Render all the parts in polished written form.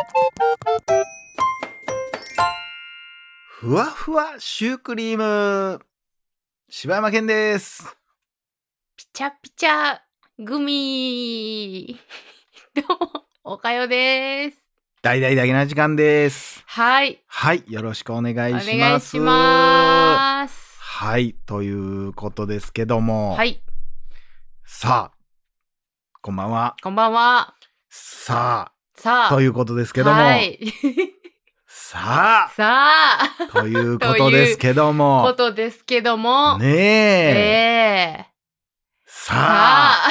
ふわふわシュークリーム、柴山健です。 ピチャピチャグミどうもおかよです。 大々だけな時間です。 はい、 よろしくお願いしお願まいします。 はい、ということですけども、 はい、 さあ、こんばんは。 こんばんは。 ささあ、 ということですけども、 はい、 ささあということですけども、 ことですけども、 ねえ、 さあ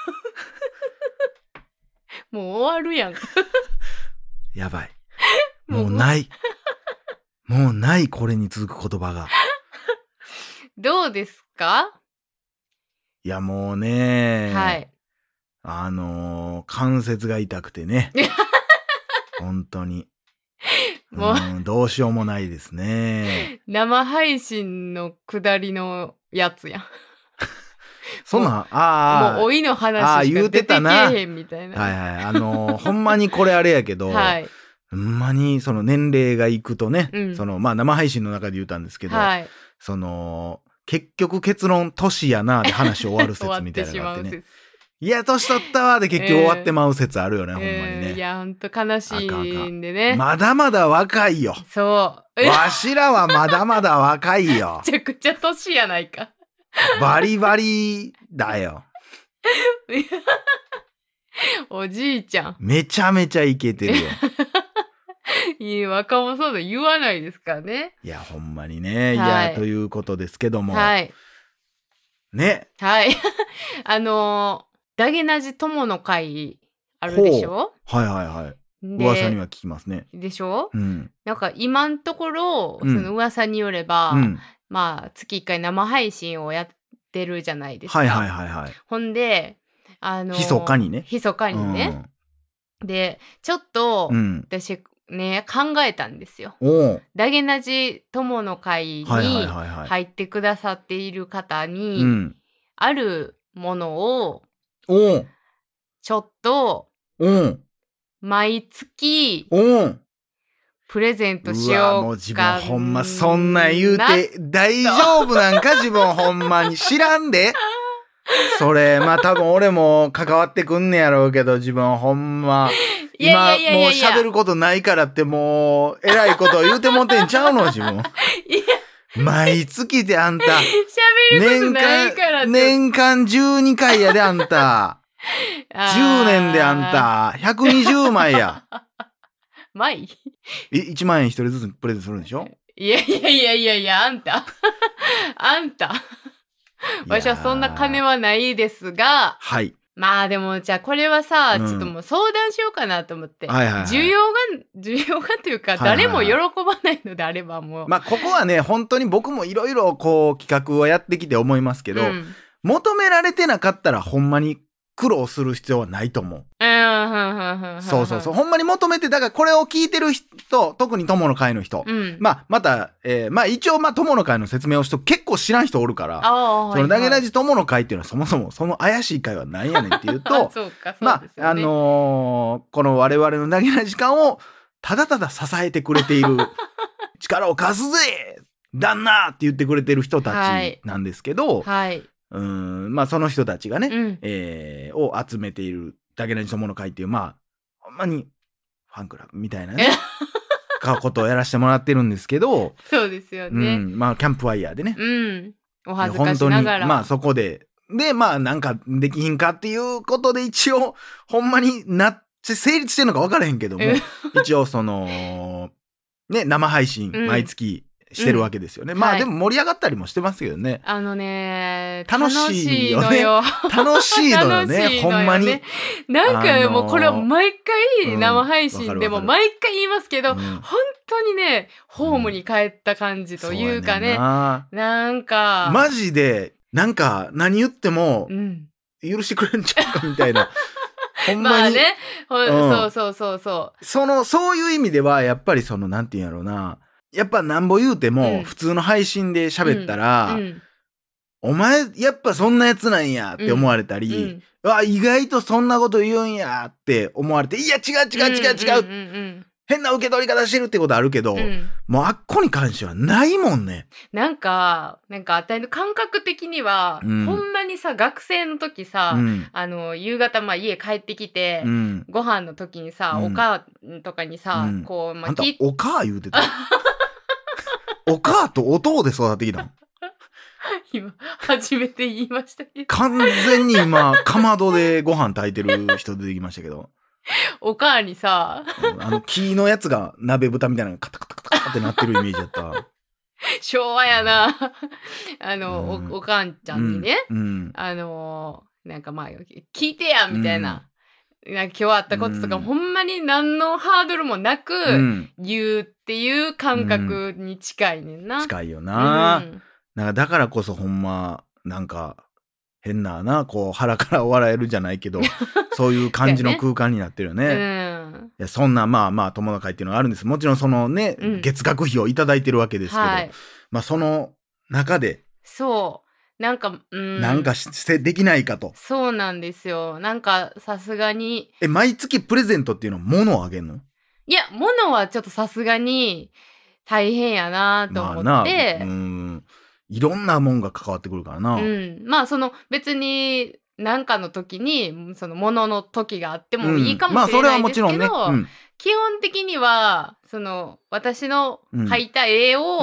もう終わるやん。 やばい。もうない。これに続く言葉が。 どうですか？ いやもうね、 はい。 関節が痛くてね。本当に。 もうどうしようもないですね。 生配信の下りのやつやん。 そんなん、 もう老いの話しか出てけえへんみたいな。 はい。ほんまにこれあれやけど、 はい。 ほんまにその年齢がいくとね、 うん、 生配信の中で言ったんですけど、 はい、 結局結論年やなで話終わる説みたいなのがあってね。いや年取ったわで結局終わってまう説あるよね、ほんまにね。 いやほんと悲しいんでね。 まだまだ若いよ。 そう。 わしらはまだまだ若いよ。 めちゃくちゃ年やないか。 バリバリだよ。 おじいちゃん。 めちゃめちゃイケてるよ。 いい若者そうだ言わないですからね。 いやほんまにね、 はい、 いやということですけども、 はい、 ね、 はいダゲナジ友の会あるでしょ。 はい。噂には聞きますね。 でしょ、 うん、 なんか今のところ、 うん、 その噂によれば、 うん、 まあ月1回生配信をやってるじゃないですか。 はい。 ほんで密かにね。 密かにね、でちょっと、私ね考えたんですよ。ダゲナジ友の会に入ってくださっている方に、あるものをちょっと毎月プレゼントしようかな。 もう自分ほんまそんなん言うて大丈夫なんか自分ほんまに知らんで。それ多分俺も関わってくんねやろうけど、自分ほんま今もう喋ることないからってもうえらいこと言うてもってんちゃうの自分。毎月であんた喋ることないからって年間12回やであんた。10年であんた120枚や。 枚 1万円一人ずつプレゼントするんでしょ。 いやあんた私はそんな金はないですが、 はい。 まあでもじゃあこれはさ、ちょっともう相談しようかなと思って、需要がというか、誰も喜ばないのであればもう、 ここはね本当に僕もいろいろこう企画をやってきて思いますけど、求められてなかったらほんまに苦労する必要はないと思う。そうほんまに求めて、だからこれを聞いてる人、特に友の会の人、また、一応友の会の説明をしと結構知らん人おるから、そのダゲラジ友の会っていうのはそもそもその怪しい会は何やねんっていうとそうですよね、この我々のダゲラジ間をただただ支えてくれている力を貸すぜ旦那って言ってくれてる人たちなんですけど、その人たちがね、を集めているダゲナジ友の会っていう、ほんまにファンクラブみたいなねことをやらせてもらってるんですけど、 そうですよね。 キャンプファイヤーでね、 お恥ずかしながら本当にそこでなんかできひんかっていうことで一応ほんまに成立してるのか分からへんけども一応そのね生配信毎月してるわけですよね。でも盛り上がったりもしてますけどね。楽しいよね。楽しいのよね。ほんまに。 なんかもうこれは毎回生配信でも毎回言いますけど、本当にねホームに帰った感じというかね、なんかマジでなんか何言っても許してくれるんちゃうかみたいな。ほんまに。そういう意味ではやっぱりそのなんていうんやろうな。やっぱなんぼ言うても普通の配信で喋ったら、 お前やっぱそんなやつなんやって思われたり、意外とそんなこと言うんやって思われて、いや違う、変な受け取り方してるってことあるけど、もうあっこに関してはないもんね。 なんかあたりの感覚的には、ほんまにさ、学生の時さ、夕方家帰ってきて、ご飯の時にさ、おかとかにさ、こう、 あんたおか言うてた。おかとおとうで育ってきたの。 今初めて言いましたけど。 完全に今かまどでご飯炊いてる人出てきましたけど。 おかにさ、 木のやつが鍋豚みたいなのがカタカタカタってなってるイメージだった。 昭和やな。おかんちゃんにね、なんか聞いてやみたいな。なんか今日あったこととか、ほんまに何のハードルもなく言うっていう感覚に近いねんな。 近いよな。なんかだからこそほんまなんか変なこう腹から笑えるじゃないけどそういう感じの空間になってるよね。いやそんな友の会っていうのがあるんです。もちろんそのね、月額費をいただいてるわけですけど、その中でそうなんかできないかと。 そうなんですよ。なんかさすがに毎月プレゼントっていうのは物をあげんの？いや物はちょっとさすがに大変やなと思って、 いろんなもんが関わってくるからな。 その別に何かの時にその物の時があってもいいかもしれないですけど、基本的にはその私の描いた絵を、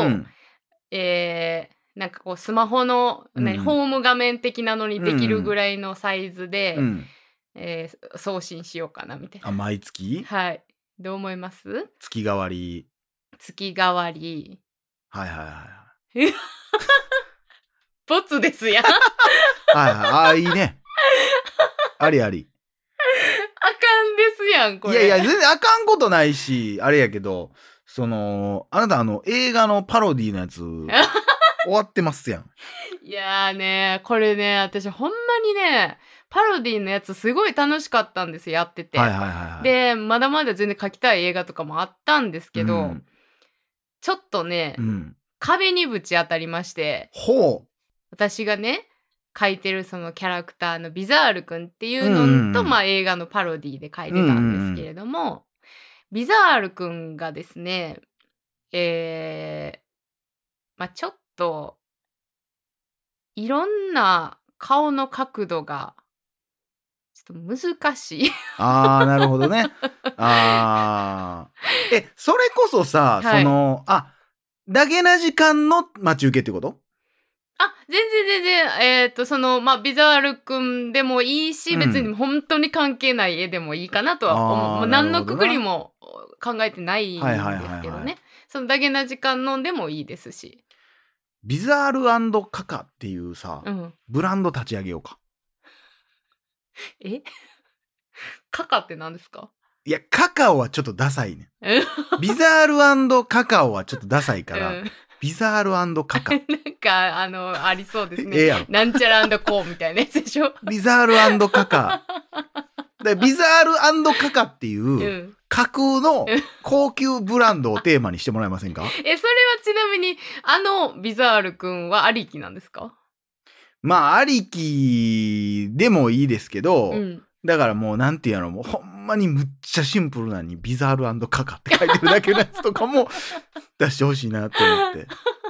なんかこうスマホの、ホーム画面的なのにできるぐらいのサイズで、送信しようかなみたいな。 毎月？ はい。どう思います？ 月替わり。 月替わり。 はいボツですやん。 いいね。ありあり。 あかんですやん、これ。 いや全然あかんことないし、あれやけど、あなた映画のパロディのやつ、終わってますやん。 いやーね、これね、私ほんまにね、パロディのやつすごい楽しかったんですよ、やってて。で、まだまだ全然描きたい映画とかもあったんですけど、ちょっとね、壁にぶち当たりまして、私がね、描いてるそのキャラクターのビザールくんっていうのと、映画のパロディで描いてたんですけれども、ビザールくんがですね、ちょっといろんな顔の角度がちょっと難しい。 なるほどね。それこそさ、ダゲな時間の待ち受けってこと？ 全然、ビザールくんでもいいし、別に本当に関係ない絵でもいいかなとは思う。もう何のくくりも考えてないんですけどね。そのダゲな時間のでもいいですし。 ビザール&カカっていうさ、ブランド立ち上げようか。 カカって何ですか？ いや、カカオはちょっとダサいね。ビザール&カカオはちょっとダサいから、ビザール&カカ。 なんか、ありそうですね。なんちゃら&コーみたいなやつでしょ。 ビザール&カカ。ビザール&カカっていう、架空の高級ブランドをテーマにしてもらえませんか？ それはちなみに、ビザールくんはありきなんですか？ ありきでもいいですけど、だからもうなんていうの、もうほんまにむっちゃシンプルなにビザール&カカって書いてるだけのやつとかも出してほしいなって思って。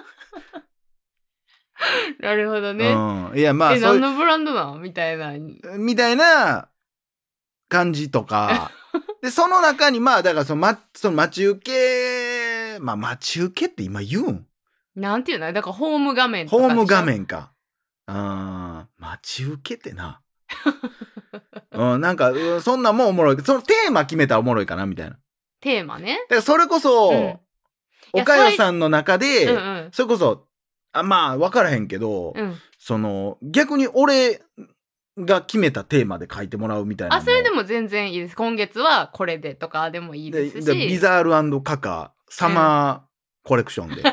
なるほどね。 いや何のブランドなのみたいな感じとか。で、その中にだからその待ち受け、待ち受けって今言うん？ なんていうの？だからホーム画面とか。 ホーム画面か。待ち受けってな。なんか、そんなもんおもろい。そのテーマ決めたらおもろいかなみたいな。 テーマね。 だからそれこそ、おかよさんの中で、それこそ、わからへんけど、逆に俺が決めたテーマで書いてもらうみたいな。 それでも全然いいです。今月はこれでとかでもいいですし。 ビザール&カカサマーコレクションで。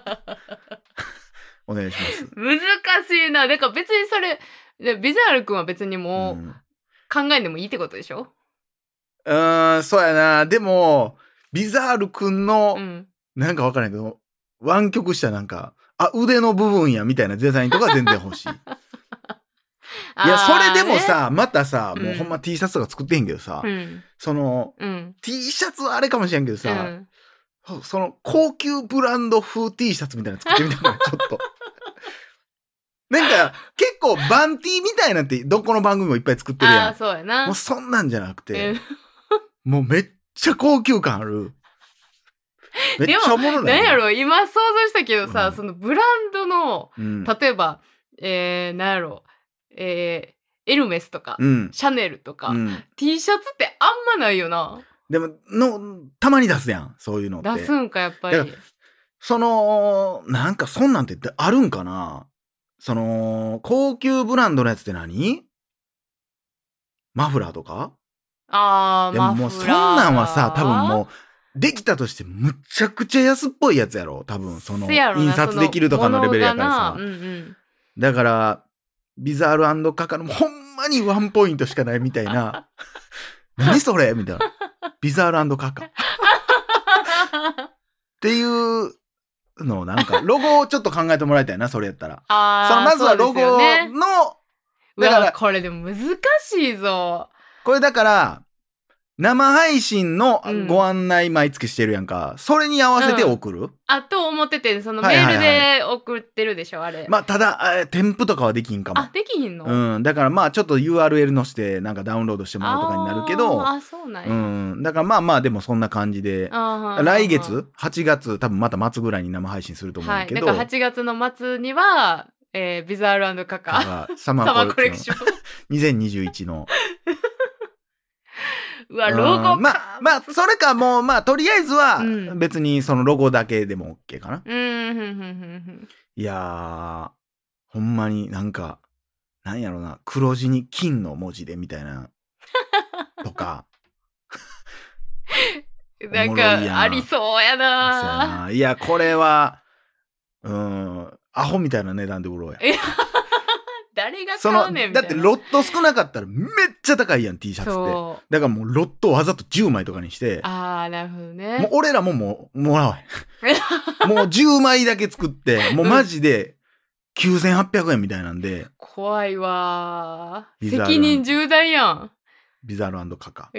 お願いします。 難しいな。だから別にそれ、ビザールくんは別にもう考えんでもいいってことでしょ？ そうやな。でも、ビザールくんの、なんかわからないけど、湾曲したなんか、 腕の部分やみたいなデザインとか全然欲しい。いや、それでもさ、またさ、もうほんま T シャツとか作ってへんけどさ、その、T シャツはあれかもしれんけどさ、その高級ブランド風 T シャツみたいなの作ってみたいな、ちょっと。なんか、結構バン T みたいなってどこの番組もいっぱい作ってるやん。 そうやな。 もうそんなんじゃなくて、もうめっちゃ高級感ある。めっちゃおもろない。 なんやろ、今想像したけどさ、そのブランドの、例えば、なんやろ、エルメスとか、シャネルとか、T シャツってあんまないよな。 でもたまに出すやん、そういうのって。 出すんか、やっぱり。 なんかそんなんてあるんかな。その高級ブランドのやつって何？マフラーとか？でももうそんなんはさ、多分もうできたとしてむちゃくちゃ安っぽいやつやろ、多分その印刷できるとかのレベルやからさ。だからビザール&カカのほんまにワンポイントしかないみたいな。何それみたいな。ビザール&カカ。っていうのをなんかロゴをちょっと考えてもらいたいな、それやったら。まずはロゴの、 だからこれでも難しいぞ。 これだから生配信のご案内毎月してるやんか、それに合わせて送る、 と思ってて、そのメールで送ってるでしょ、あれ。 まあただ添付とかはできんかも。 できひんの？ だからまあちょっと URL 載せてなんかダウンロードしてもらうとかになるけど、 そうなんや。 だからまあでもそんな感じで、来月8月多分また末ぐらいに生配信すると思うんだけど、 だから8月の末にはビザール&カカサマーコレクション2021のうわ、ロゴか。 まあそれかもうとりあえずは別にそのロゴだけでも OK かな。いやー、ほんまになんかなんやろな、黒字に金の文字でみたいなとかなんかありそうやな。 いや、これはアホみたいな値段で売ろうや。 誰が買うねんみたいな。 だってロット少なかったらめっちゃ高いやん、 T シャツって。だからもうロットをわざと10枚とかにして、 なるほどね。 もう俺らももらわへん。もう10枚だけ作ってもうマジで9800円みたいなんで、 怖いわ。責任重大やん。 ビザール&カカ。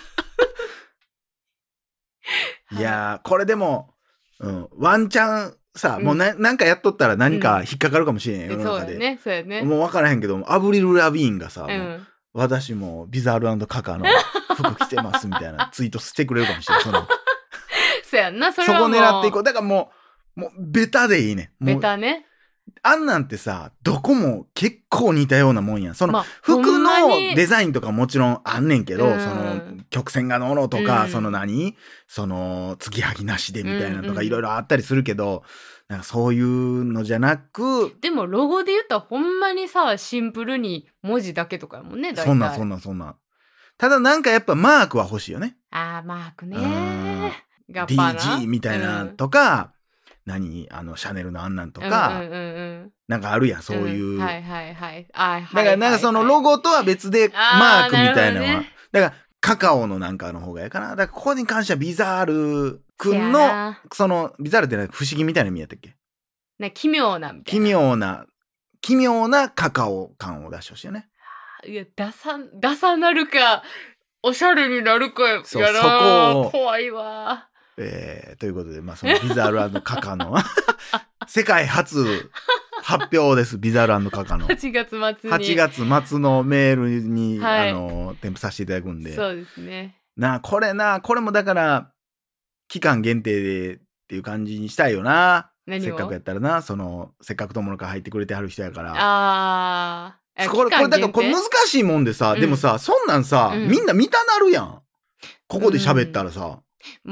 いやー、これでも、ワンチャンさ、もうなんかやっとったら何か引っかかるかもしれんよ、世の中で。 そうやね。 もう分からへんけど、アブリル・ラビーンがさ、私もビザール&カカの服着てますみたいなツイートしてくれるかもしれない。 そうやんな、それはそこ狙っていこう。だからもうベタでいいね。 ベタね。 あんなんてさ、どこも結構似たようなもんやん。その服のデザインとかもちろんあんねんけど、その曲線がのろとか、その継ぎはぎなしでみたいなとかいろいろあったりするけど、なんかそういうのじゃなく。 でもロゴで言ったらほんまにさ、シンプルに文字だけとかやもんね、大体。 そんな。ただなんかやっぱマークは欲しいよね。 マークね。 DG みたいなとか、シャネルのあんなんとか、なんかあるやん、そういう。だからなんかそのロゴとは別でマークみたいなのは。だからカカオのなんかの方がいいかな。だからここに関してはビザールくんの、そのビザールって不思議みたいな意味やったっけ？ 奇妙なみたいな。奇妙なカカオ感を出してほしいよね。 いや、出さなるか、おしゃれになるかやな。怖いわ。 ということで、そのビザール&カカの世界初発表です。ビザール&カカの 8月末に。 8月末のメールに、添付させていただくんで。 そうですね。 これもだから期間限定でっていう感じにしたいよな。せっかくやったらな、せっかく友の会入ってくれてはる人やから。これだからこれ難しいもんでさ、でもさ、そんなんさ、みんな見たなるやん。ここで喋ったらさ。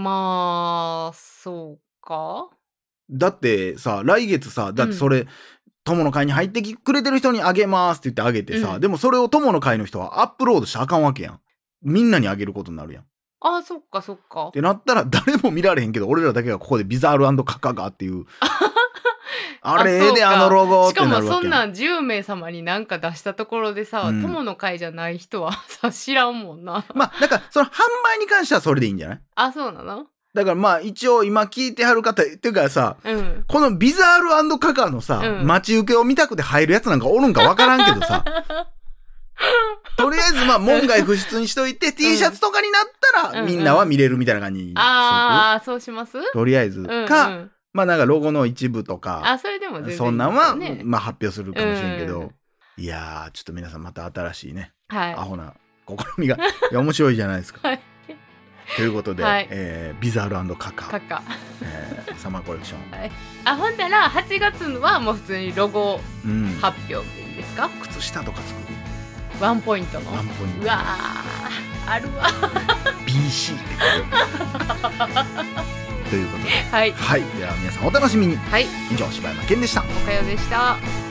そうか。 だってさ、来月さ、だってそれ、友の会に入ってくれてる人にあげますって言ってあげてさ、でもそれを友の会の人はアップロードしちゃあかんわけやん。みんなにあげることになるやん。 そっか。 ってなったら誰も見られへんけど、俺らだけがここでビザール&カカがっていう。あれでロゴってなるわけ。 しかもそんなん10名様になんか出したところでさ、友の会じゃない人はさ、知らんもんな。 だからその販売に関してはそれでいいんじゃない？ そうなの？ だからまあ一応今聞いてはる方っていうかさ、このビザール&カカのさ、待ち受けを見たくて入るやつなんかおるんかわからんけどさとりあえずまあ門外不出にしといて、T シャツとかになったらみんなは見れるみたいな感じにしとく。 ああ、そうします？ とりあえずか、まあなんかロゴの一部とか、 それでも全然いいですよね。 そんなんはまあ発表するかもしれんけど、いやーちょっと皆さんまた新しいね、アホな試みがいや面白いじゃないですか。ということで、ビザール&カカ、サマーコレクション。 ほんだら8月はもう普通にロゴ発表でいいですか？ 靴下とか作る。 ワンポイントの。 ワンポイント。 うわー、あるわ。 BC ってということで、はい、では皆さんお楽しみに。以上柴山健でした。 おかよでした。